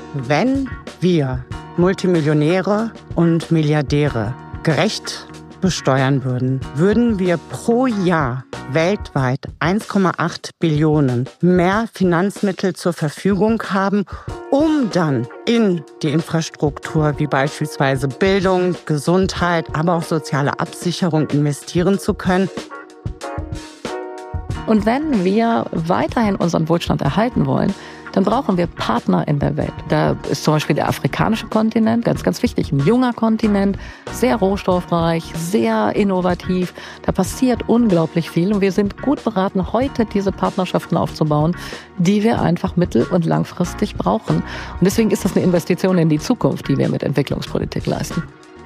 Wenn wir Multimillionäre und Milliardäre gerecht besteuern würden, würden wir pro Jahr weltweit 1,8 Billionen mehr Finanzmittel zur Verfügung haben, um dann in die Infrastruktur wie beispielsweise Bildung, Gesundheit, aber auch soziale Absicherung investieren zu können. Und wenn wir weiterhin unseren Wohlstand erhalten wollen, dann brauchen wir Partner in der Welt. Da ist zum Beispiel der afrikanische Kontinent ganz, ganz wichtig. Ein junger Kontinent, sehr rohstoffreich, sehr innovativ. Da passiert unglaublich viel und wir sind gut beraten, heute diese Partnerschaften aufzubauen, die wir einfach mittel- und langfristig brauchen. Und deswegen ist das eine Investition in die Zukunft, die wir mit Entwicklungspolitik leisten.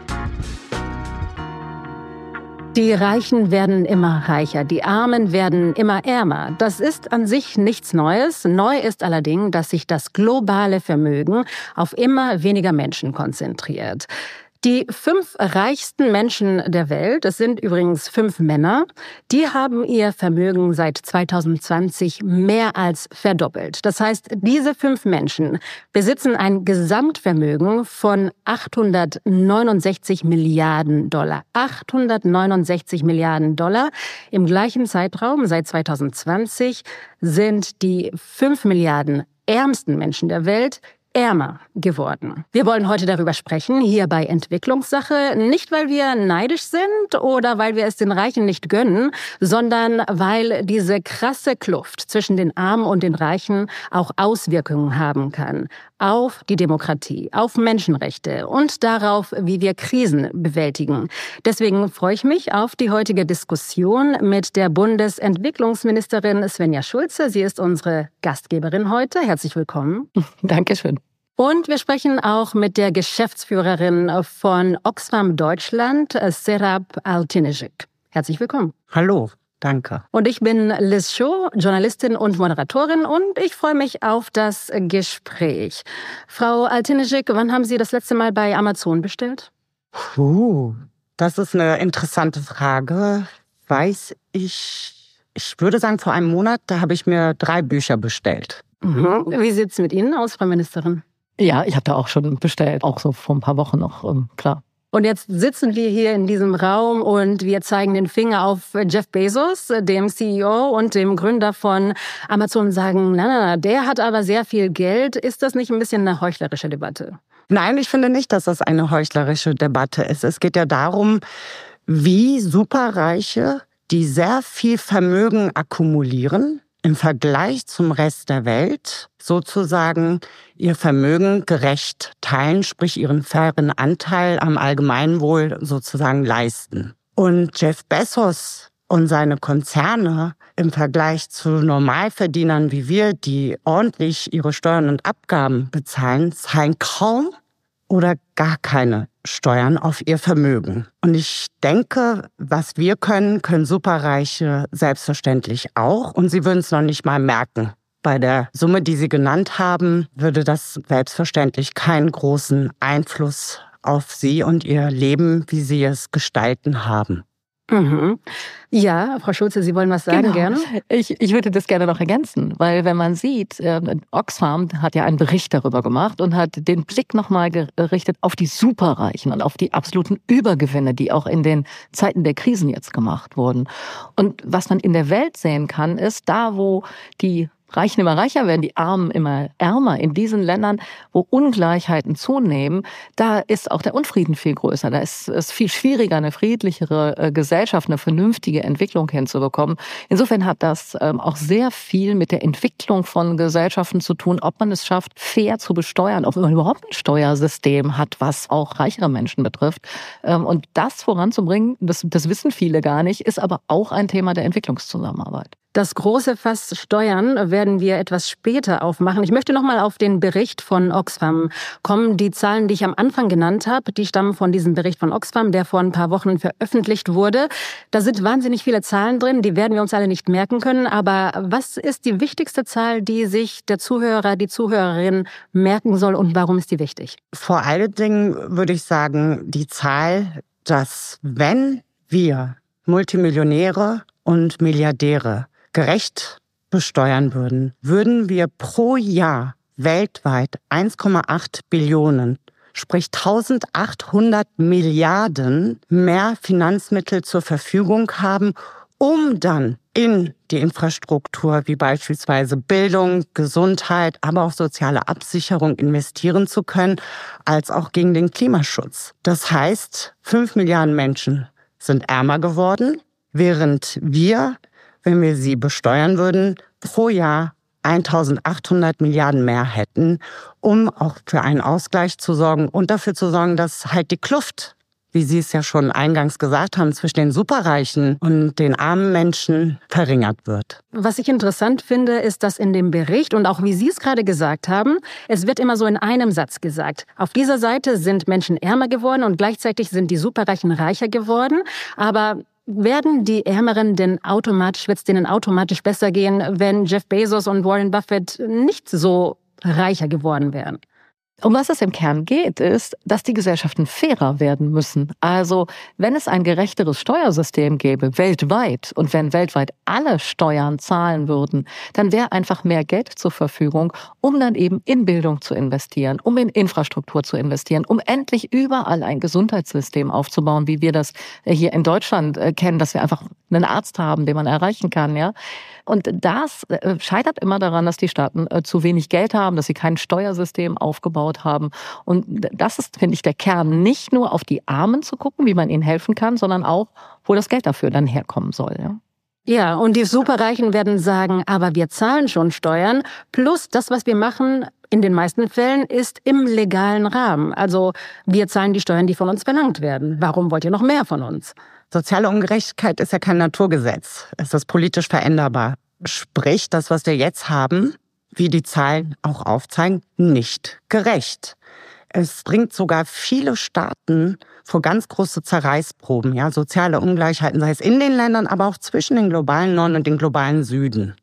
Die Reichen werden immer reicher, die Armen werden immer ärmer. Das ist an sich nichts Neues. Neu ist allerdings, dass sich das globale Vermögen auf immer weniger Menschen konzentriert. Die 5 reichsten Menschen der Welt, es sind übrigens 5 Männer, die haben ihr Vermögen seit 2020 mehr als verdoppelt. Das heißt, diese 5 Menschen besitzen ein Gesamtvermögen von 869 Milliarden Dollar. 869 Milliarden Dollar. Im gleichen Zeitraum, seit 2020, sind die 5 Milliarden ärmsten Menschen der Welt ärmer geworden. Wir wollen heute darüber sprechen, hier bei Entwicklungssache, nicht weil wir neidisch sind oder weil wir es den Reichen nicht gönnen, sondern weil diese krasse Kluft zwischen den Armen und den Reichen auch Auswirkungen haben kann auf die Demokratie, auf Menschenrechte und darauf, wie wir Krisen bewältigen. Deswegen freue ich mich auf die heutige Diskussion mit der Bundesentwicklungsministerin Svenja Schulze. Sie ist unsere Gastgeberin heute. Herzlich willkommen. Dankeschön. Und wir sprechen auch mit der Geschäftsführerin von Oxfam Deutschland, Serap Altinecik. Herzlich willkommen. Hallo, danke. Und ich bin Liz Schuh, Journalistin und Moderatorin und ich freue mich auf das Gespräch. Frau Altinecik, wann haben Sie das letzte Mal bei Amazon bestellt? Das ist eine interessante Frage. Ich würde sagen, vor einem Monat, da habe ich mir 3 Bücher bestellt. Wie sieht es mit Ihnen aus, Frau Ministerin? Ja, ich habe da auch schon bestellt, auch so vor ein paar Wochen noch, klar. Und jetzt sitzen wir hier in diesem Raum und wir zeigen den Finger auf Jeff Bezos, dem CEO und dem Gründer von Amazon, und sagen, na, der hat aber sehr viel Geld. Ist das nicht ein bisschen eine heuchlerische Debatte? Nein, ich finde nicht, dass das eine heuchlerische Debatte ist. Es geht ja darum, wie Superreiche, die sehr viel Vermögen akkumulieren, im Vergleich zum Rest der Welt sozusagen ihr Vermögen gerecht teilen, sprich ihren fairen Anteil am Allgemeinwohl sozusagen leisten. Und Jeff Bezos und seine Konzerne im Vergleich zu Normalverdienern wie wir, die ordentlich ihre Steuern und Abgaben bezahlen, zahlen kaum oder gar keine Steuern auf ihr Vermögen. Und ich denke, was wir können Superreiche selbstverständlich auch. Und sie würden es noch nicht mal merken. Bei der Summe, die Sie genannt haben, würde das selbstverständlich keinen großen Einfluss auf Sie und Ihr Leben, wie Sie es gestalten, haben. Ja, Frau Schulze, Sie wollen was sagen, Genau. gerne? Ich würde das gerne noch ergänzen, weil wenn man sieht, Oxfam hat ja einen Bericht darüber gemacht und hat den Blick nochmal gerichtet auf die Superreichen und auf die absoluten Übergewinne, die auch in den Zeiten der Krisen jetzt gemacht wurden. Und was man in der Welt sehen kann, ist da, wo die Reichen immer reicher werden, die Armen immer ärmer. In diesen Ländern, wo Ungleichheiten zunehmen, da ist auch der Unfrieden viel größer. Da ist es viel schwieriger, eine friedlichere Gesellschaft, eine vernünftige Entwicklung hinzubekommen. Insofern hat das auch sehr viel mit der Entwicklung von Gesellschaften zu tun, ob man es schafft, fair zu besteuern, ob man überhaupt ein Steuersystem hat, was auch reichere Menschen betrifft. Und das voranzubringen, das wissen viele gar nicht, ist aber auch ein Thema der Entwicklungszusammenarbeit. Das große Fass Steuern werden wir etwas später aufmachen. Ich möchte noch mal auf den Bericht von Oxfam kommen. Die Zahlen, die ich am Anfang genannt habe, die stammen von diesem Bericht von Oxfam, der vor ein paar Wochen veröffentlicht wurde. Da sind wahnsinnig viele Zahlen drin, die werden wir uns alle nicht merken können. Aber was ist die wichtigste Zahl, die sich der Zuhörer, die Zuhörerin merken soll und warum ist die wichtig? Vor allen Dingen würde ich sagen, die Zahl, dass wenn wir Multimillionäre und Milliardäre gerecht besteuern würden, würden wir pro Jahr weltweit 1,8 Billionen, sprich 1800 Milliarden mehr Finanzmittel zur Verfügung haben, um dann in die Infrastruktur wie beispielsweise Bildung, Gesundheit, aber auch soziale Absicherung investieren zu können, als auch gegen den Klimaschutz. Das heißt, 5 Milliarden Menschen sind ärmer geworden, während wir, wenn wir sie besteuern würden, pro Jahr 1.800 Milliarden mehr hätten, um auch für einen Ausgleich zu sorgen und dafür zu sorgen, dass halt die Kluft, wie Sie es ja schon eingangs gesagt haben, zwischen den Superreichen und den armen Menschen verringert wird. Was ich interessant finde, ist, dass in dem Bericht und auch wie Sie es gerade gesagt haben, es wird immer so in einem Satz gesagt. Auf dieser Seite sind Menschen ärmer geworden und gleichzeitig sind die Superreichen reicher geworden, aber werden die Ärmeren wird es denen automatisch besser gehen, wenn Jeff Bezos und Warren Buffett nicht so reicher geworden wären? Um was es im Kern geht, ist, dass die Gesellschaften fairer werden müssen. Also wenn es ein gerechteres Steuersystem gäbe, weltweit, und wenn weltweit alle Steuern zahlen würden, dann wäre einfach mehr Geld zur Verfügung, um dann eben in Bildung zu investieren, um in Infrastruktur zu investieren, um endlich überall ein Gesundheitssystem aufzubauen, wie wir das hier in Deutschland kennen, dass wir einfach einen Arzt haben, den man erreichen kann, ja. Und das scheitert immer daran, dass die Staaten zu wenig Geld haben, dass sie kein Steuersystem aufgebaut haben. Und das ist, finde ich, der Kern, nicht nur auf die Armen zu gucken, wie man ihnen helfen kann, sondern auch, wo das Geld dafür dann herkommen soll. Ja. Ja, und die Superreichen werden sagen, aber wir zahlen schon Steuern, plus das, was wir machen, in den meisten Fällen ist im legalen Rahmen. Also wir zahlen die Steuern, die von uns verlangt werden. Warum wollt ihr noch mehr von uns? Soziale Ungerechtigkeit ist ja kein Naturgesetz. Es ist politisch veränderbar. Sprich, das, was wir jetzt haben, wie die Zahlen auch aufzeigen, nicht gerecht. Es bringt sogar viele Staaten vor ganz große Zerreißproben. Ja, soziale Ungleichheiten, sei es in den Ländern, aber auch zwischen den globalen Norden und dem globalen Süden.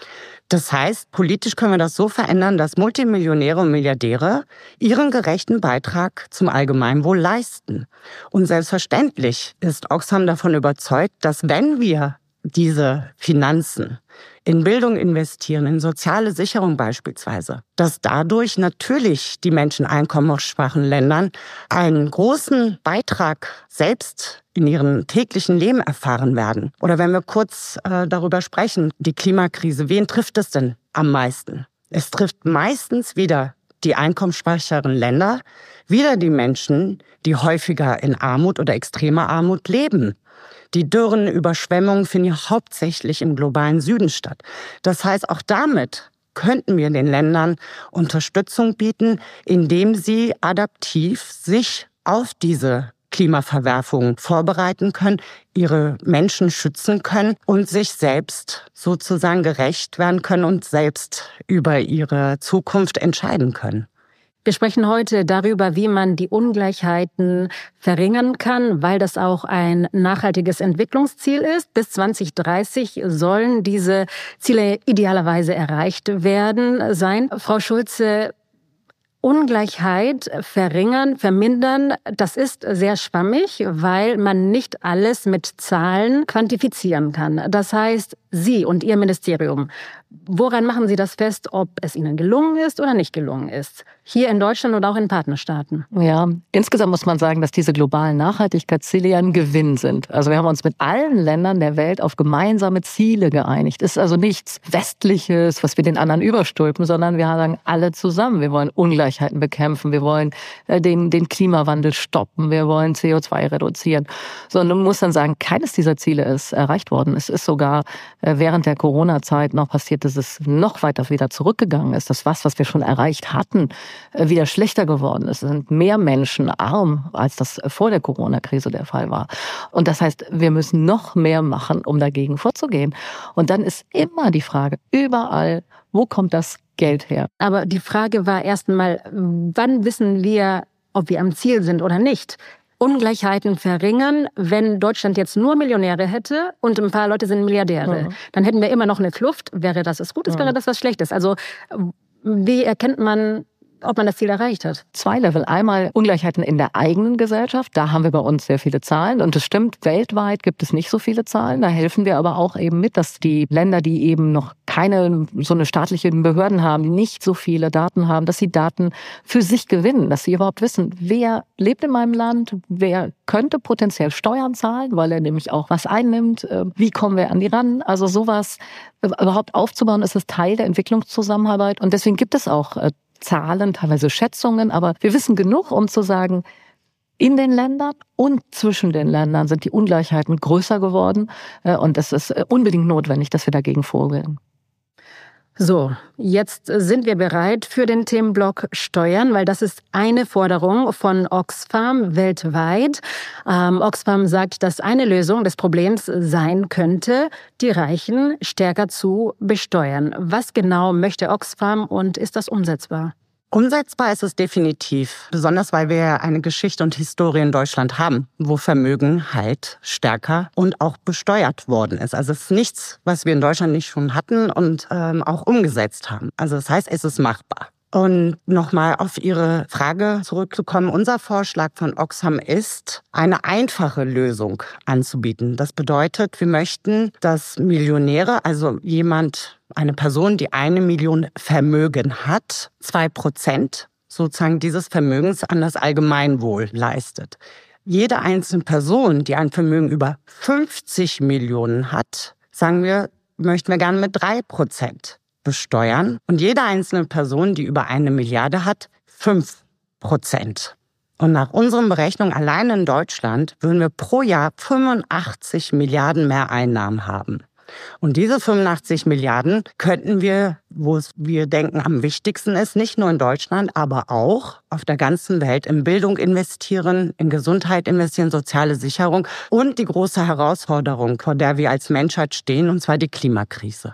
Das heißt, politisch können wir das so verändern, dass Multimillionäre und Milliardäre ihren gerechten Beitrag zum Allgemeinwohl leisten. Und selbstverständlich ist Oxfam davon überzeugt, dass wenn wir diese Finanzen in Bildung investieren, in soziale Sicherung beispielsweise, dass dadurch natürlich die Menschen in einkommensschwachen Ländern einen großen Beitrag selbst in ihrem täglichen Leben erfahren werden. Oder wenn wir kurz darüber sprechen, die Klimakrise, wen trifft es denn am meisten? Es trifft meistens wieder die einkommensschwächeren Länder, wieder die Menschen, die häufiger in Armut oder extremer Armut leben. Die Dürren, Überschwemmungen finden ja hauptsächlich im globalen Süden statt. Das heißt, auch damit könnten wir den Ländern Unterstützung bieten, indem sie adaptiv sich auf diese Klimaverwerfungen vorbereiten können, ihre Menschen schützen können und sich selbst sozusagen gerecht werden können und selbst über ihre Zukunft entscheiden können. Wir sprechen heute darüber, wie man die Ungleichheiten verringern kann, weil das auch ein nachhaltiges Entwicklungsziel ist. Bis 2030 sollen diese Ziele idealerweise erreicht werden sein. Frau Schulze, Ungleichheit verringern, vermindern, das ist sehr schwammig, weil man nicht alles mit Zahlen quantifizieren kann. Das heißt, Sie und Ihr Ministerium, woran machen Sie das fest, ob es Ihnen gelungen ist oder nicht gelungen ist? Hier in Deutschland oder auch in Partnerstaaten? Ja, insgesamt muss man sagen, dass diese globalen Nachhaltigkeitsziele ja ein Gewinn sind. Also wir haben uns mit allen Ländern der Welt auf gemeinsame Ziele geeinigt. Es ist also nichts Westliches, was wir den anderen überstülpen, sondern wir sagen alle zusammen. Wir wollen Ungleichheiten bekämpfen, wir wollen den Klimawandel stoppen, wir wollen CO2 reduzieren. So, und man muss dann sagen, keines dieser Ziele ist erreicht worden. Es ist sogar während der Corona-Zeit noch passiert, dass es noch weiter wieder zurückgegangen ist. Das was wir schon erreicht hatten, wieder schlechter geworden ist. Es sind mehr Menschen arm, als das vor der Corona-Krise der Fall war. Und das heißt, wir müssen noch mehr machen, um dagegen vorzugehen. Und dann ist immer die Frage, überall, wo kommt das Geld her? Aber die Frage war erst einmal, wann wissen wir, ob wir am Ziel sind oder nicht? Ungleichheiten verringern, wenn Deutschland jetzt nur Millionäre hätte und ein paar Leute sind Milliardäre. Dann hätten wir immer noch eine Kluft. Wäre das was Gutes, wäre das was Schlechtes? Also wie erkennt man, ob man das Ziel erreicht hat? 2 Level. Einmal Ungleichheiten in der eigenen Gesellschaft. Da haben wir bei uns sehr viele Zahlen. Und es stimmt, weltweit gibt es nicht so viele Zahlen. Da helfen wir aber auch eben mit, dass die Länder, die eben noch keine so eine staatlichen Behörden haben, die nicht so viele Daten haben, dass sie Daten für sich gewinnen, dass sie überhaupt wissen, wer lebt in meinem Land, wer könnte potenziell Steuern zahlen, weil er nämlich auch was einnimmt, wie kommen wir an die ran, also sowas überhaupt aufzubauen, ist es Teil der Entwicklungszusammenarbeit und deswegen gibt es auch Zahlen, teilweise Schätzungen, aber wir wissen genug, um zu sagen, in den Ländern und zwischen den Ländern sind die Ungleichheiten größer geworden und es ist unbedingt notwendig, dass wir dagegen vorgehen. So, jetzt sind wir bereit für den Themenblock Steuern, weil das ist eine Forderung von Oxfam weltweit. Oxfam sagt, dass eine Lösung des Problems sein könnte, die Reichen stärker zu besteuern. Was genau möchte Oxfam und ist das umsetzbar? Umsetzbar ist es definitiv, besonders weil wir ja eine Geschichte und Historie in Deutschland haben, wo Vermögen halt stärker und auch besteuert worden ist. Also es ist nichts, was wir in Deutschland nicht schon hatten und auch umgesetzt haben. Also das heißt, es ist machbar. Und nochmal auf Ihre Frage zurückzukommen. Unser Vorschlag von Oxfam ist, eine einfache Lösung anzubieten. Das bedeutet, wir möchten, dass Millionäre, also eine Person, die 1 Million Vermögen hat, 2% sozusagen dieses Vermögens an das Allgemeinwohl leistet. Jede einzelne Person, die ein Vermögen über 50 Millionen hat, sagen wir, möchten wir gerne mit 3% besteuern. Und jede einzelne Person, die über 1 Milliarde hat, 5%. Und nach unseren Berechnungen allein in Deutschland würden wir pro Jahr 85 Milliarden mehr Einnahmen haben. Und diese 85 Milliarden könnten wir, wo wir denken am wichtigsten ist, nicht nur in Deutschland, aber auch auf der ganzen Welt in Bildung investieren, in Gesundheit investieren, soziale Sicherung und die große Herausforderung, vor der wir als Menschheit stehen, und zwar die Klimakrise.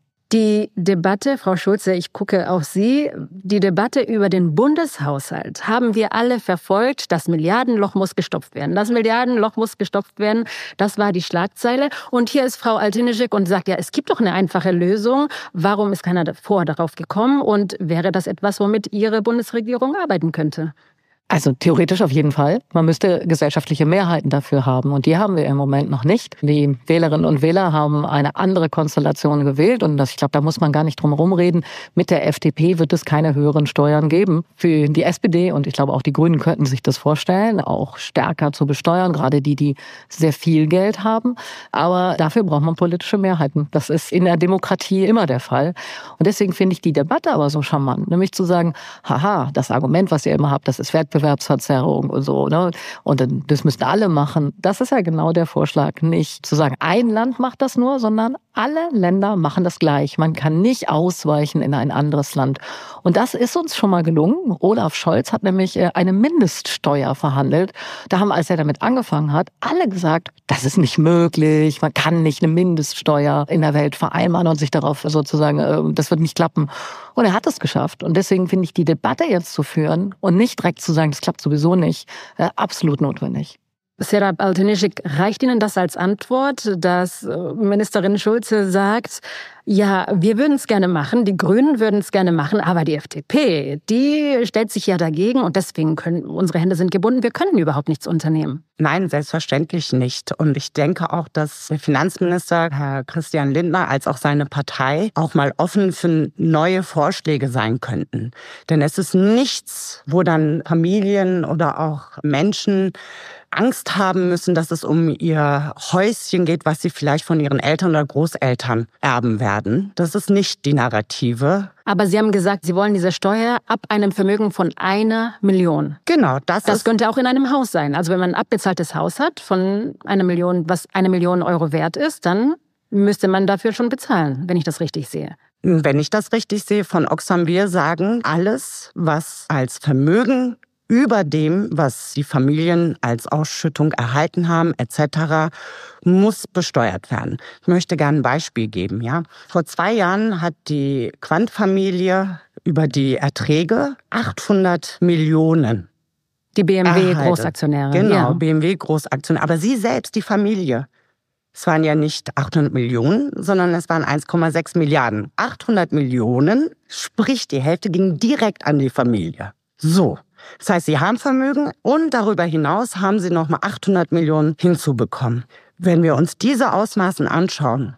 Die Debatte, Frau Schulze, ich gucke auf Sie, die Debatte über den Bundeshaushalt haben wir alle verfolgt. Das Milliardenloch muss gestopft werden. Das Milliardenloch muss gestopft werden. Das war die Schlagzeile. Und hier ist Frau Altinischek und sagt, ja, es gibt doch eine einfache Lösung. Warum ist keiner darauf gekommen? Und wäre das etwas, womit Ihre Bundesregierung arbeiten könnte? Also theoretisch auf jeden Fall. Man müsste gesellschaftliche Mehrheiten dafür haben und die haben wir im Moment noch nicht. Die Wählerinnen und Wähler haben eine andere Konstellation gewählt und ich glaube, da muss man gar nicht drum herum reden. Mit der FDP wird es keine höheren Steuern geben. Für die SPD und ich glaube auch die Grünen könnten sich das vorstellen, auch stärker zu besteuern, gerade die sehr viel Geld haben. Aber dafür braucht man politische Mehrheiten. Das ist in der Demokratie immer der Fall. Und deswegen finde ich die Debatte aber so charmant, nämlich zu sagen, haha, das Argument, was ihr immer habt, das ist Wettbewerbsverzerrung und so, ne? Und das müssten alle machen. Das ist ja genau der Vorschlag. Nicht zu sagen, ein Land macht das nur, sondern alle Länder machen das gleich. Man kann nicht ausweichen in ein anderes Land. Und das ist uns schon mal gelungen. Olaf Scholz hat nämlich eine Mindeststeuer verhandelt. Da haben, als er damit angefangen hat, alle gesagt, das ist nicht möglich. Man kann nicht eine Mindeststeuer in der Welt vereinbaren und sich darauf sozusagen, das wird nicht klappen. Und er hat es geschafft. Und deswegen finde ich die Debatte jetzt zu führen und nicht direkt zu sagen, das klappt sowieso nicht, absolut notwendig. Serap Altinischek, reicht Ihnen das als Antwort, dass Ministerin Schulze sagt, ja, wir würden es gerne machen, die Grünen würden es gerne machen, aber die FDP, die stellt sich ja dagegen und deswegen unsere Hände sind gebunden, wir können überhaupt nichts unternehmen? Nein, selbstverständlich nicht. Und ich denke auch, dass der Finanzminister, Herr Christian Lindner, als auch seine Partei auch mal offen für neue Vorschläge sein könnten. Denn es ist nichts, wo dann Familien oder auch Menschen Angst haben müssen, dass es um ihr Häuschen geht, was sie vielleicht von ihren Eltern oder Großeltern erben werden. Das ist nicht die Narrative. Aber Sie haben gesagt, Sie wollen diese Steuer ab einem Vermögen von 1 Million. Genau, das könnte auch in einem Haus sein. Also wenn man ein abbezahltes Haus hat von 1 Million, was 1 Million Euro wert ist, dann müsste man dafür schon bezahlen, wenn ich das richtig sehe. Wenn ich das richtig sehe, von Oxfam, wir sagen, alles, was als Vermögen über dem, was die Familien als Ausschüttung erhalten haben, etc., muss besteuert werden. Ich möchte gerne ein Beispiel geben. Ja? Vor 2 Jahren hat die Quandt-Familie über die Erträge 800 Millionen Die BMW-Großaktionäre. Genau, ja. BMW-Großaktionäre. Aber sie selbst, die Familie, es waren ja nicht 800 Millionen, sondern es waren 1,6 Milliarden. 800 Millionen, sprich die Hälfte ging direkt an die Familie. So. Das heißt, sie haben Vermögen und darüber hinaus haben sie nochmal 800 Millionen hinzubekommen. Wenn wir uns diese Ausmaßen anschauen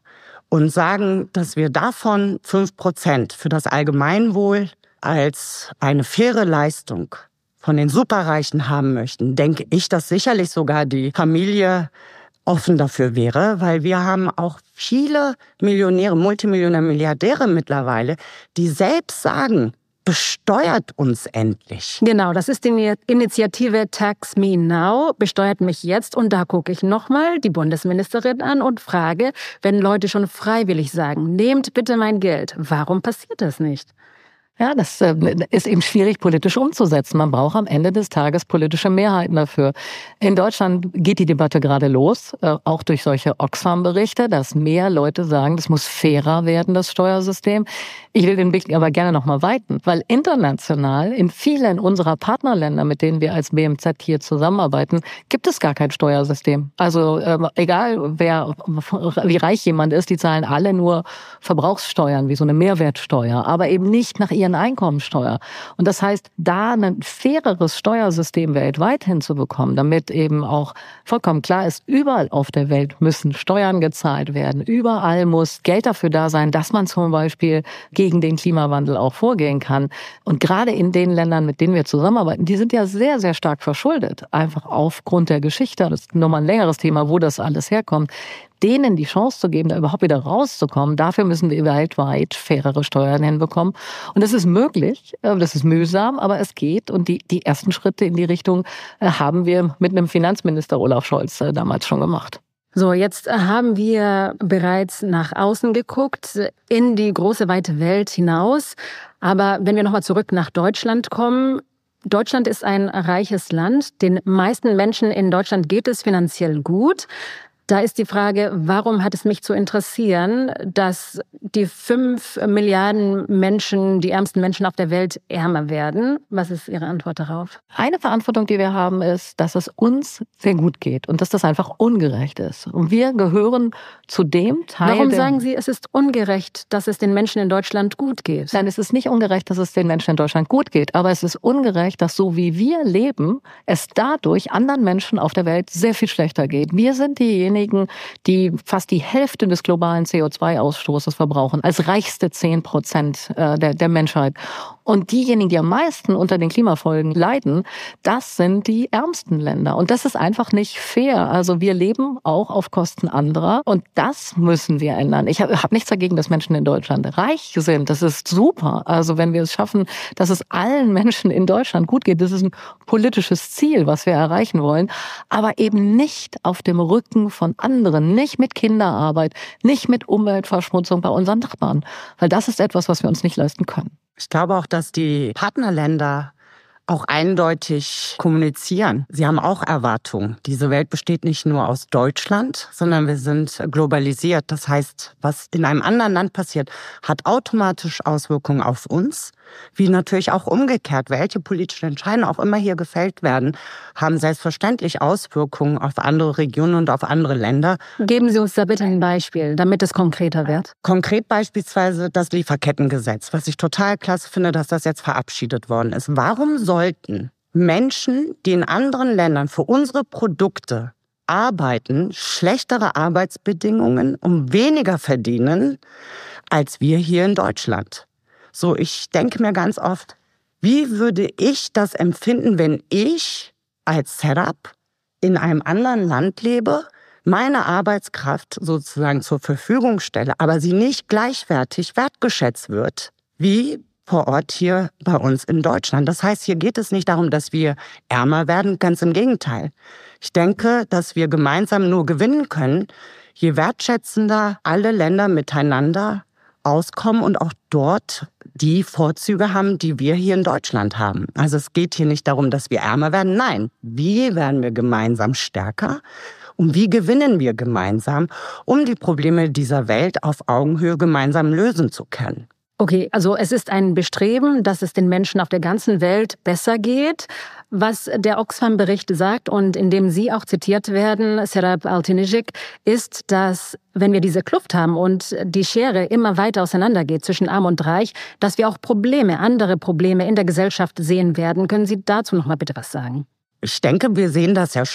und sagen, dass wir davon 5% für das Allgemeinwohl als eine faire Leistung von den Superreichen haben möchten, denke ich, dass sicherlich sogar die Familie offen dafür wäre, weil wir haben auch viele Millionäre, Multimillionäre, Milliardäre mittlerweile, die selbst sagen, besteuert uns endlich. Genau, das ist die Initiative Tax Me Now, besteuert mich jetzt. Und da gucke ich nochmal die Bundesministerin an und frage, wenn Leute schon freiwillig sagen, nehmt bitte mein Geld, warum passiert das nicht? Ja, das ist eben schwierig politisch umzusetzen. Man braucht am Ende des Tages politische Mehrheiten dafür. In Deutschland geht die Debatte gerade los, auch durch solche Oxfam-Berichte, dass mehr Leute sagen, das muss fairer werden, das Steuersystem. Ich will den Blick aber gerne noch mal weiten, weil international in vielen unserer Partnerländer, mit denen wir als BMZ hier zusammenarbeiten, gibt es gar kein Steuersystem. Also egal, wie reich jemand ist, die zahlen alle nur Verbrauchssteuern, wie so eine Mehrwertsteuer, aber eben nicht nach ihren Einkommensteuer. Und das heißt, da ein faireres Steuersystem weltweit hinzubekommen, damit eben auch vollkommen klar ist, überall auf der Welt müssen Steuern gezahlt werden. Überall muss Geld dafür da sein, dass man zum Beispiel gegen den Klimawandel auch vorgehen kann. Und gerade in den Ländern, mit denen wir zusammenarbeiten, die sind ja sehr, sehr stark verschuldet. Einfach aufgrund der Geschichte. Das ist nochmal ein längeres Thema, wo das alles herkommt. Denen die Chance zu geben, da überhaupt wieder rauszukommen, dafür müssen wir weltweit fairere Steuern hinbekommen. Und das ist möglich, das ist mühsam, aber es geht. Und die ersten Schritte in die Richtung haben wir mit einem Finanzminister Olaf Scholz damals schon gemacht. So, jetzt haben wir bereits nach außen geguckt, in die große, weite Welt hinaus. Aber wenn wir nochmal zurück nach Deutschland kommen, Deutschland ist ein reiches Land. Den meisten Menschen in Deutschland geht es finanziell gut. Da ist die Frage, warum hat es mich zu interessieren, dass die 5 Milliarden Menschen, die ärmsten Menschen auf der Welt, ärmer werden? Was ist Ihre Antwort darauf? Eine Verantwortung, die wir haben, ist, dass es uns sehr gut geht und dass das einfach ungerecht ist. Und wir gehören zu dem Teil. Warum sagen Sie, es ist ungerecht, dass es den Menschen in Deutschland gut geht? Nein, es ist nicht ungerecht, dass es den Menschen in Deutschland gut geht. Aber es ist ungerecht, dass so wie wir leben, es dadurch anderen Menschen auf der Welt sehr viel schlechter geht. Wir sind diejenigen, die fast die Hälfte des globalen CO2-Ausstoßes verbrauchen, als reichste 10% der Menschheit. Und diejenigen, die am meisten unter den Klimafolgen leiden, das sind die ärmsten Länder. Und das ist einfach nicht fair. Also wir leben auch auf Kosten anderer und das müssen wir ändern. Ich habe nichts dagegen, dass Menschen in Deutschland reich sind. Das ist super. Also wenn wir es schaffen, dass es allen Menschen in Deutschland gut geht, das ist ein politisches Ziel, was wir erreichen wollen. Aber eben nicht auf dem Rücken von anderen, nicht mit Kinderarbeit, nicht mit Umweltverschmutzung bei unseren Nachbarn. Weil das ist etwas, was wir uns nicht leisten können. Ich glaube auch, dass die Partnerländer auch eindeutig kommunizieren. Sie haben auch Erwartungen. Diese Welt besteht nicht nur aus Deutschland, sondern wir sind globalisiert. Das heißt, was in einem anderen Land passiert, hat automatisch Auswirkungen auf uns, wie natürlich auch umgekehrt. Welche politischen Entscheidungen auch immer hier gefällt werden, haben selbstverständlich Auswirkungen auf andere Regionen und auf andere Länder. Geben Sie uns da bitte ein Beispiel, damit es konkreter wird. Konkret beispielsweise das Lieferkettengesetz, was ich total klasse finde, dass das jetzt verabschiedet worden ist. Warum sollten Menschen, die in anderen Ländern für unsere Produkte arbeiten, schlechtere Arbeitsbedingungen und weniger verdienen als wir hier in Deutschland? So, ich denke mir ganz oft, wie würde ich das empfinden, wenn ich als Setup in einem anderen Land lebe, meine Arbeitskraft sozusagen zur Verfügung stelle, aber sie nicht gleichwertig wertgeschätzt wird, wie vor Ort hier bei uns in Deutschland. Das heißt, hier geht es nicht darum, dass wir ärmer werden, ganz im Gegenteil. Ich denke, dass wir gemeinsam nur gewinnen können, je wertschätzender alle Länder miteinander auskommen und auch dort die Vorzüge haben, die wir hier in Deutschland haben. Also es geht hier nicht darum, dass wir ärmer werden. Nein, wie werden wir gemeinsam stärker? Und wie gewinnen wir gemeinsam, um die Probleme dieser Welt auf Augenhöhe gemeinsam lösen zu können? Okay, also es ist ein Bestreben, dass es den Menschen auf der ganzen Welt besser geht. Was der Oxfam-Bericht sagt und in dem Sie auch zitiert werden, Serap Altinejik, ist, dass wenn wir diese Kluft haben und die Schere immer weiter auseinandergeht zwischen Arm und Reich, dass wir auch andere Probleme in der Gesellschaft sehen werden. Können Sie dazu noch mal bitte was sagen? Ich denke, wir sehen das ja schon.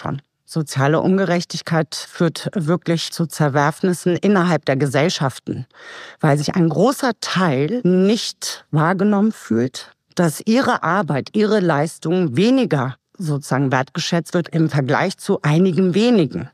Soziale Ungerechtigkeit führt wirklich zu Zerwürfnissen innerhalb der Gesellschaften, weil sich ein großer Teil nicht wahrgenommen fühlt, dass ihre Arbeit, ihre Leistung weniger sozusagen wertgeschätzt wird im Vergleich zu einigen wenigen.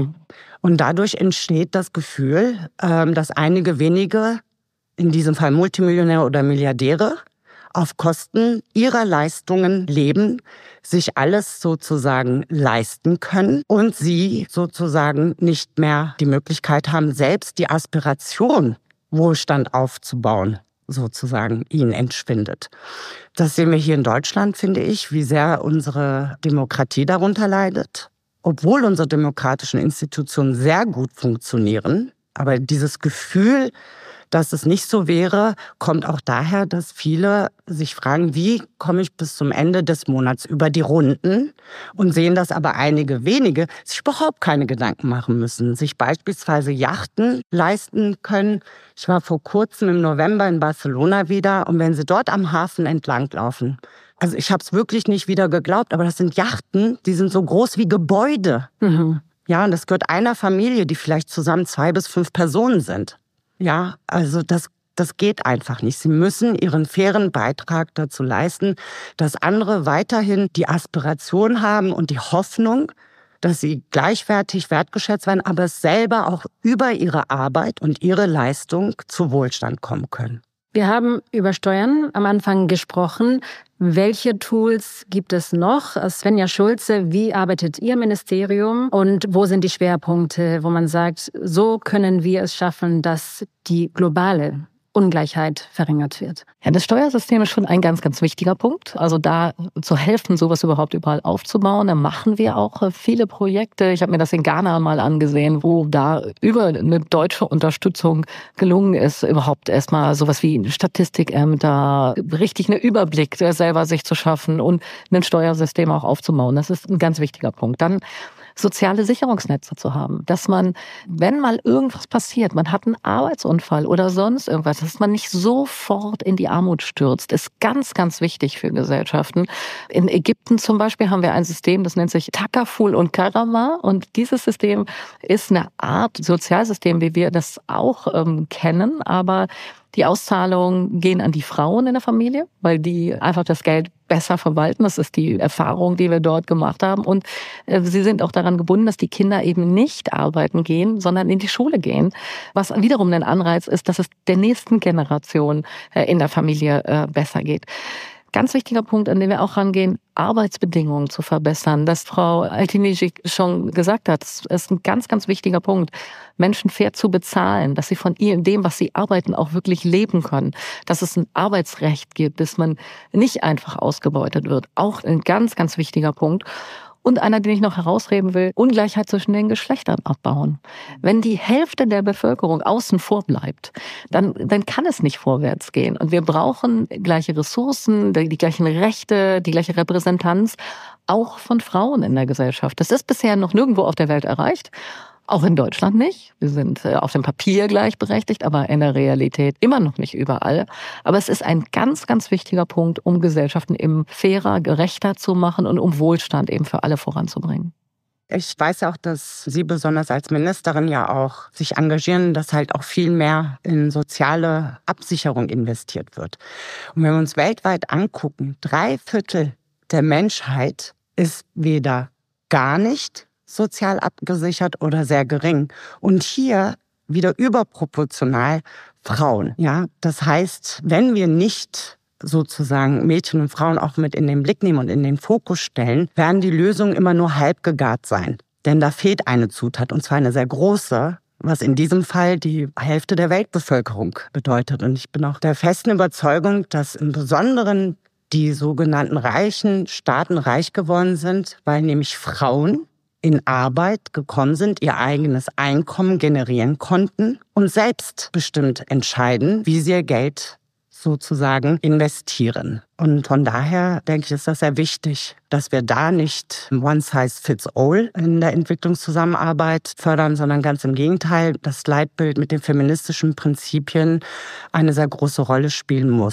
Und dadurch entsteht das Gefühl, dass einige wenige, in diesem Fall Multimillionäre oder Milliardäre, auf Kosten ihrer Leistungen leben, sich alles sozusagen leisten können und sie sozusagen nicht mehr die Möglichkeit haben, selbst die Aspiration, Wohlstand aufzubauen, sozusagen ihnen entschwindet. Das sehen wir hier in Deutschland, finde ich, wie sehr unsere Demokratie darunter leidet. Obwohl unsere demokratischen Institutionen sehr gut funktionieren, aber dieses Gefühl, dass es nicht so wäre, kommt auch daher, dass viele sich fragen, wie komme ich bis zum Ende des Monats über die Runden, und sehen, dass aber einige wenige sich überhaupt keine Gedanken machen müssen, sich beispielsweise Yachten leisten können. Ich war vor kurzem im November in Barcelona wieder, und wenn Sie dort am Hafen entlanglaufen, also ich habe es wirklich nicht wieder geglaubt, aber das sind Yachten, die sind so groß wie Gebäude. Ja, und das gehört einer Familie, die vielleicht zusammen 2 bis 5 Personen sind. Ja, also das geht einfach nicht. Sie müssen ihren fairen Beitrag dazu leisten, dass andere weiterhin die Aspiration haben und die Hoffnung, dass sie gleichwertig wertgeschätzt werden, aber es selber auch über ihre Arbeit und ihre Leistung zu Wohlstand kommen können. Wir haben über Steuern am Anfang gesprochen. Welche Tools gibt es noch? Svenja Schulze, wie arbeitet Ihr Ministerium und wo sind die Schwerpunkte, wo man sagt, so können wir es schaffen, dass die globale Ungleichheit verringert wird? Ja, das Steuersystem ist schon ein ganz, ganz wichtiger Punkt. Also da zu helfen, sowas überhaupt überall aufzubauen. Da machen wir auch viele Projekte. Ich habe mir das in Ghana mal angesehen, wo da über eine deutsche Unterstützung gelungen ist, überhaupt erstmal sowas wie Statistikämter, richtig einen Überblick selber sich zu schaffen und ein Steuersystem auch aufzubauen. Das ist ein ganz wichtiger Punkt. Dann soziale Sicherungsnetze zu haben, dass man, wenn mal irgendwas passiert, man hat einen Arbeitsunfall oder sonst irgendwas, dass man nicht sofort in die Armut stürzt, ist ganz, ganz wichtig für Gesellschaften. In Ägypten zum Beispiel haben wir ein System, das nennt sich Takaful und Karama, und dieses System ist eine Art Sozialsystem, wie wir das auch kennen, aber die Auszahlungen gehen an die Frauen in der Familie, weil die einfach das Geld besser verwalten. Das ist die Erfahrung, die wir dort gemacht haben. Und sie sind auch daran gebunden, dass die Kinder eben nicht arbeiten gehen, sondern in die Schule gehen. Was wiederum ein Anreiz ist, dass es der nächsten Generation in der Familie besser geht. Ganz wichtiger Punkt, an den wir auch rangehen, Arbeitsbedingungen zu verbessern. Das Frau Altiniji schon gesagt hat, das ist ein ganz, ganz wichtiger Punkt. Menschen fair zu bezahlen, dass sie von dem, was sie arbeiten, auch wirklich leben können. Dass es ein Arbeitsrecht gibt, dass man nicht einfach ausgebeutet wird. Auch ein ganz, ganz wichtiger Punkt. Und einer, den ich noch herausheben will, Ungleichheit zwischen den Geschlechtern abbauen. Wenn die Hälfte der Bevölkerung außen vor bleibt, dann kann es nicht vorwärts gehen. Und wir brauchen gleiche Ressourcen, die gleichen Rechte, die gleiche Repräsentanz, auch von Frauen in der Gesellschaft. Das ist bisher noch nirgendwo auf der Welt erreicht. Auch in Deutschland nicht. Wir sind auf dem Papier gleichberechtigt, aber in der Realität immer noch nicht überall. Aber es ist ein ganz, ganz wichtiger Punkt, um Gesellschaften eben fairer, gerechter zu machen und um Wohlstand eben für alle voranzubringen. Ich weiß auch, dass Sie besonders als Ministerin ja auch sich engagieren, dass halt auch viel mehr in soziale Absicherung investiert wird. Und wenn wir uns weltweit angucken, 3/4 der Menschheit ist weder gar nicht sozial abgesichert oder sehr gering. Und hier wieder überproportional Frauen. Ja, das heißt, wenn wir nicht sozusagen Mädchen und Frauen auch mit in den Blick nehmen und in den Fokus stellen, werden die Lösungen immer nur halb gegart sein. Denn da fehlt eine Zutat, und zwar eine sehr große, was in diesem Fall die Hälfte der Weltbevölkerung bedeutet. Und ich bin auch der festen Überzeugung, dass im Besonderen die sogenannten reichen Staaten reich geworden sind, weil nämlich Frauen in Arbeit gekommen sind, ihr eigenes Einkommen generieren konnten und selbstbestimmt entscheiden, wie sie ihr Geld sozusagen investieren. Und von daher denke ich, ist das sehr wichtig, dass wir da nicht one size fits all in der Entwicklungszusammenarbeit fördern, sondern ganz im Gegenteil, das Leitbild mit den feministischen Prinzipien eine sehr große Rolle spielen muss.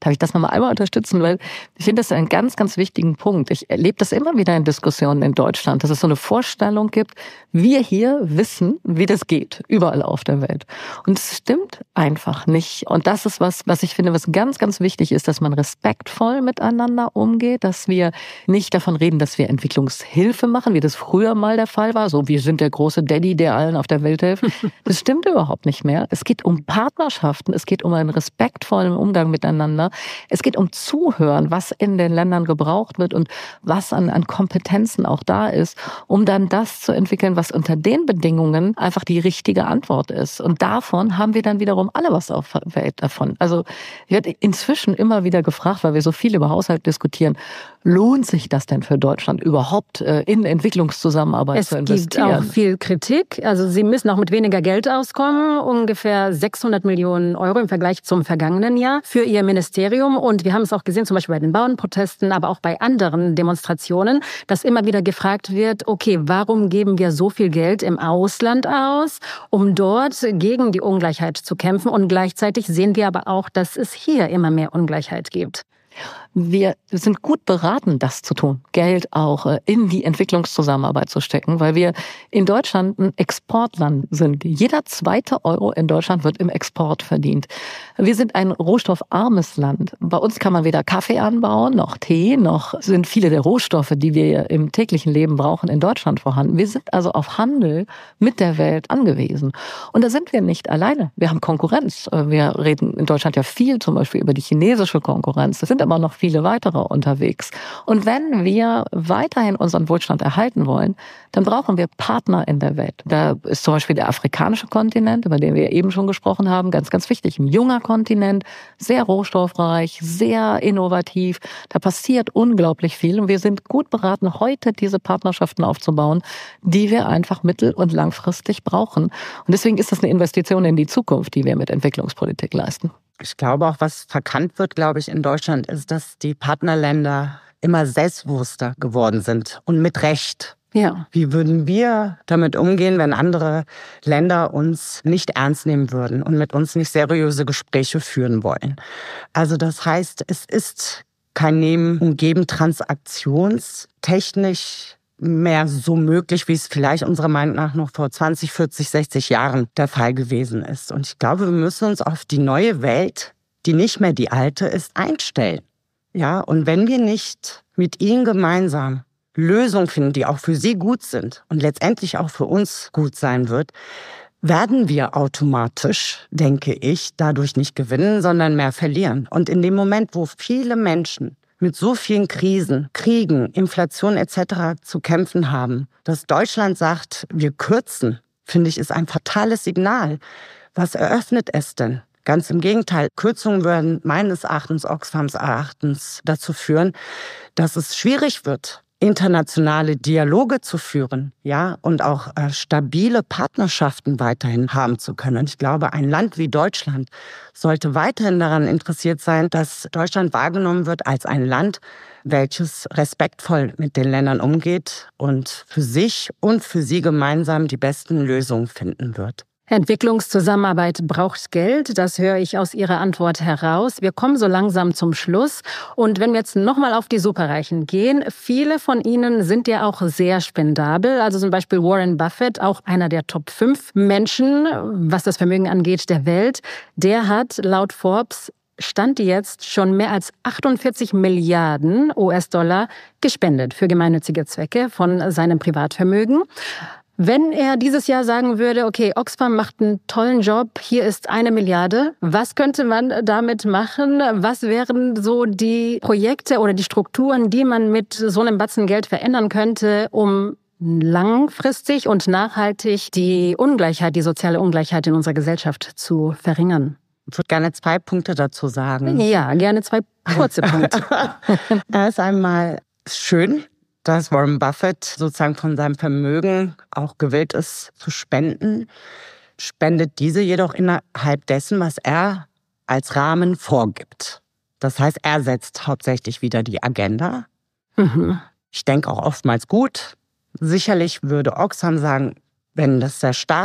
Darf ich das nochmal einmal unterstützen? Weil ich finde das einen ganz, ganz wichtigen Punkt. Ich erlebe das immer wieder in Diskussionen in Deutschland, dass es so eine Vorstellung gibt, wir hier wissen, wie das geht, überall auf der Welt. Und es stimmt einfach nicht. Und das ist was ich finde, was ganz, ganz wichtig ist, dass man respektvoll miteinander umgeht, dass wir nicht davon reden, dass wir Entwicklungshilfe machen, wie das früher mal der Fall war. So, wir sind der große Daddy, der allen auf der Welt hilft. Das stimmt überhaupt nicht mehr. Es geht um Partnerschaften, es geht um einen respektvollen Umgang miteinander. Es geht um Zuhören, was in den Ländern gebraucht wird und was an Kompetenzen auch da ist, um dann das zu entwickeln, was unter den Bedingungen einfach die richtige Antwort ist. Und davon haben wir dann wiederum alle was auf der Welt davon. Also ich werde inzwischen immer wieder gefragt, weil wir so viel über Haushalt diskutieren, lohnt sich das denn für Deutschland überhaupt in Entwicklungszusammenarbeit zu investieren? Es gibt auch viel Kritik. Also Sie müssen auch mit weniger Geld auskommen, ungefähr 600 Millionen Euro im Vergleich zum vergangenen Jahr für Ihr Ministerium. Und wir haben es auch gesehen, zum Beispiel bei den Bauernprotesten, aber auch bei anderen Demonstrationen, dass immer wieder gefragt wird, okay, warum geben wir so viel Geld im Ausland aus, um dort gegen die Ungleichheit zu kämpfen? Und gleichzeitig sehen wir aber auch, dass es hier immer mehr Ungleichheit gibt. Wir sind gut beraten, das zu tun, Geld auch in die Entwicklungszusammenarbeit zu stecken, weil wir in Deutschland ein Exportland sind. Jeder zweite Euro in Deutschland wird im Export verdient. Wir sind ein rohstoffarmes Land. Bei uns kann man weder Kaffee anbauen, noch Tee, noch sind viele der Rohstoffe, die wir im täglichen Leben brauchen, in Deutschland vorhanden. Wir sind also auf Handel mit der Welt angewiesen. Und da sind wir nicht alleine. Wir haben Konkurrenz. Wir reden in Deutschland ja viel zum Beispiel über die chinesische Konkurrenz. Es sind aber noch viele weitere unterwegs. Und wenn wir weiterhin unseren Wohlstand erhalten wollen, dann brauchen wir Partner in der Welt. Da ist zum Beispiel der afrikanische Kontinent, über den wir eben schon gesprochen haben, ganz, ganz wichtig. Ein junger Kontinent, sehr rohstoffreich, sehr innovativ. Da passiert unglaublich viel und wir sind gut beraten, heute diese Partnerschaften aufzubauen, die wir einfach mittel- und langfristig brauchen. Und deswegen ist das eine Investition in die Zukunft, die wir mit Entwicklungspolitik leisten. Ich glaube auch, was verkannt wird, glaube ich, in Deutschland, ist, dass die Partnerländer immer selbstbewusster geworden sind und mit Recht. Ja. Wie würden wir damit umgehen, wenn andere Länder uns nicht ernst nehmen würden und mit uns nicht seriöse Gespräche führen wollen? Also das heißt, es ist kein Nehmen und Geben transaktionstechnisch mehr so möglich, wie es vielleicht unserer Meinung nach noch vor 20, 40, 60 Jahren der Fall gewesen ist. Und ich glaube, wir müssen uns auf die neue Welt, die nicht mehr die alte ist, einstellen. Ja, und wenn wir nicht mit ihnen gemeinsam Lösungen finden, die auch für sie gut sind und letztendlich auch für uns gut sein wird, werden wir automatisch, denke ich, dadurch nicht gewinnen, sondern mehr verlieren. Und in dem Moment, wo viele Menschen mit so vielen Krisen, Kriegen, Inflation etc. zu kämpfen haben, dass Deutschland sagt, wir kürzen, finde ich, ist ein fatales Signal. Was eröffnet es denn? Ganz im Gegenteil, Kürzungen würden meines Erachtens, Oxfams Erachtens dazu führen, dass es schwierig wird, internationale Dialoge zu führen, ja, und auch stabile Partnerschaften weiterhin haben zu können. Und ich glaube, ein Land wie Deutschland sollte weiterhin daran interessiert sein, dass Deutschland wahrgenommen wird als ein Land, welches respektvoll mit den Ländern umgeht und für sich und für sie gemeinsam die besten Lösungen finden wird. Entwicklungszusammenarbeit braucht Geld, das höre ich aus Ihrer Antwort heraus. Wir kommen so langsam zum Schluss. Und wenn wir jetzt nochmal auf die Superreichen gehen, viele von ihnen sind ja auch sehr spendabel. Also zum Beispiel Warren Buffett, auch einer der Top 5 Menschen, was das Vermögen angeht, der Welt. Der hat laut Forbes Stand jetzt schon mehr als 48 Milliarden US-Dollar gespendet für gemeinnützige Zwecke von seinem Privatvermögen. Wenn er dieses Jahr sagen würde, okay, Oxfam macht einen tollen Job, hier ist 1 Milliarde, was könnte man damit machen? Was wären so die Projekte oder die Strukturen, die man mit so einem Batzen Geld verändern könnte, um langfristig und nachhaltig die Ungleichheit, die soziale Ungleichheit in unserer Gesellschaft zu verringern? Ich würde gerne 2 Punkte dazu sagen. Ja, gerne 2 kurze Punkte. Erst einmal schön, dass Warren Buffett sozusagen von seinem Vermögen auch gewillt ist zu spenden, spendet diese jedoch innerhalb dessen, was er als Rahmen vorgibt. Das heißt, er setzt hauptsächlich wieder die Agenda. Mhm. Ich denke auch oftmals gut. Sicherlich würde Oxfam sagen, wenn das der Staat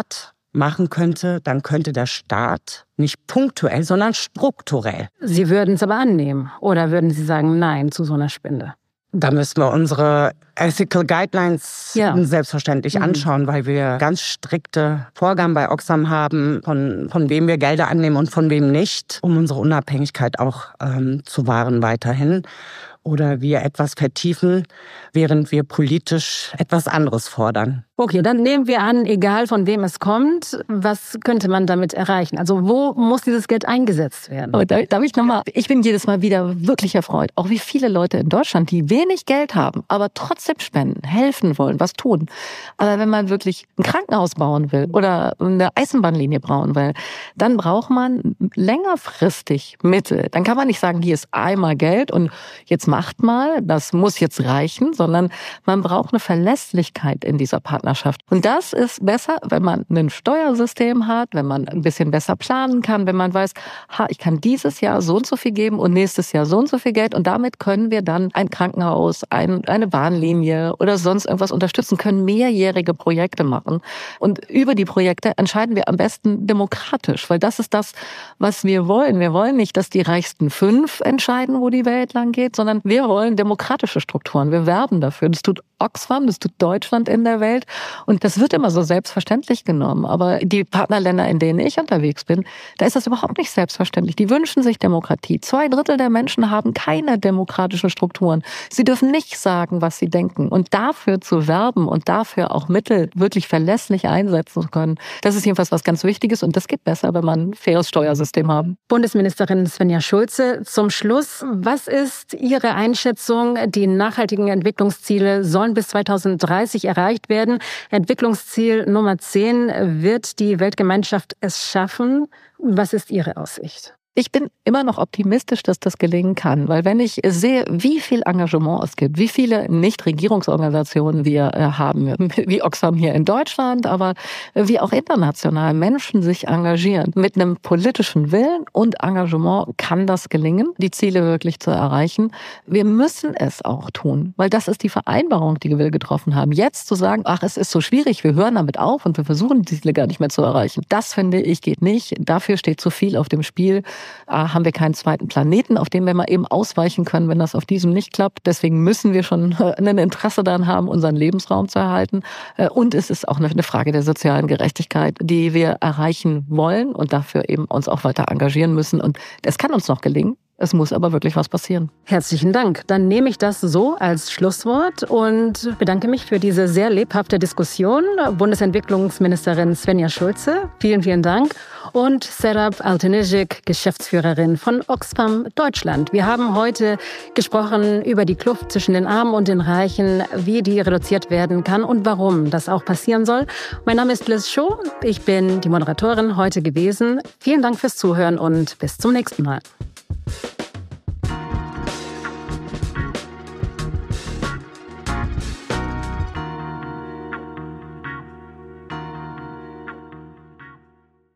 machen könnte, dann könnte der Staat nicht punktuell, sondern strukturell. Sie würden es aber annehmen oder würden Sie sagen Nein zu so einer Spende? Da müssen wir unsere Ethical Guidelines selbstverständlich anschauen, weil wir ganz strikte Vorgaben bei Oxfam haben, von wem wir Gelder annehmen und von wem nicht, um unsere Unabhängigkeit auch zu wahren weiterhin. Oder wir etwas vertiefen, während wir politisch etwas anderes fordern. Okay, dann nehmen wir an, egal von wem es kommt, was könnte man damit erreichen? Also wo muss dieses Geld eingesetzt werden? Aber darf ich nochmal, ich bin jedes Mal wieder wirklich erfreut, auch wie viele Leute in Deutschland, die wenig Geld haben, aber trotzdem spenden, helfen wollen, was tun. Aber wenn man wirklich ein Krankenhaus bauen will oder eine Eisenbahnlinie bauen will, dann braucht man längerfristig Mittel. Dann kann man nicht sagen, hier ist einmal Geld und jetzt macht mal, das muss jetzt reichen, sondern man braucht eine Verlässlichkeit in dieser Partnerschaft. Und das ist besser, wenn man ein Steuersystem hat, wenn man ein bisschen besser planen kann, wenn man weiß, ich kann dieses Jahr so und so viel geben und nächstes Jahr so und so viel Geld und damit können wir dann ein Krankenhaus, eine Bahnlinie oder sonst irgendwas unterstützen, können mehrjährige Projekte machen. Und über die Projekte entscheiden wir am besten demokratisch, weil das ist das, was wir wollen. Wir wollen nicht, dass die reichsten 5 entscheiden, wo die Welt lang geht, sondern wir wollen demokratische Strukturen. Wir werben dafür. Das tut Oxfam, das tut Deutschland in der Welt. Und das wird immer so selbstverständlich genommen. Aber die Partnerländer, in denen ich unterwegs bin, da ist das überhaupt nicht selbstverständlich. Die wünschen sich Demokratie. 2/3 der Menschen haben keine demokratischen Strukturen. Sie dürfen nicht sagen, was sie denken. Und dafür zu werben und dafür auch Mittel wirklich verlässlich einsetzen zu können, das ist jedenfalls was ganz Wichtiges. Und das geht besser, wenn man ein faires Steuersystem haben. Bundesministerin Svenja Schulze, zum Schluss, was ist Ihre Einschätzung? Die nachhaltigen Entwicklungsziele sollen bis 2030 erreicht werden. Entwicklungsziel Nummer 10, wird die Weltgemeinschaft es schaffen? Was ist Ihre Aussicht? Ich bin immer noch optimistisch, dass das gelingen kann, weil wenn ich sehe, wie viel Engagement es gibt, wie viele Nichtregierungsorganisationen wir haben, wie Oxfam hier in Deutschland, aber wie auch international Menschen sich engagieren, mit einem politischen Willen und Engagement kann das gelingen, die Ziele wirklich zu erreichen. Wir müssen es auch tun, weil das ist die Vereinbarung, die wir getroffen haben. Jetzt zu sagen, es ist so schwierig, wir hören damit auf und wir versuchen, die Ziele gar nicht mehr zu erreichen. Das, finde ich, geht nicht. Dafür steht zu viel auf dem Spiel. Haben wir keinen zweiten Planeten, auf dem wir mal eben ausweichen können, wenn das auf diesem nicht klappt. Deswegen müssen wir schon ein Interesse daran haben, unseren Lebensraum zu erhalten. Und es ist auch eine Frage der sozialen Gerechtigkeit, die wir erreichen wollen und dafür eben uns auch weiter engagieren müssen. Und es kann uns noch gelingen. Es muss aber wirklich was passieren. Herzlichen Dank. Dann nehme ich das so als Schlusswort und bedanke mich für diese sehr lebhafte Diskussion. Bundesentwicklungsministerin Svenja Schulze, vielen, vielen Dank. Und Serap Altinecic, Geschäftsführerin von Oxfam Deutschland. Wir haben heute gesprochen über die Kluft zwischen den Armen und den Reichen, wie die reduziert werden kann und warum das auch passieren soll. Mein Name ist Liz Scho. Ich bin die Moderatorin heute gewesen. Vielen Dank fürs Zuhören und bis zum nächsten Mal.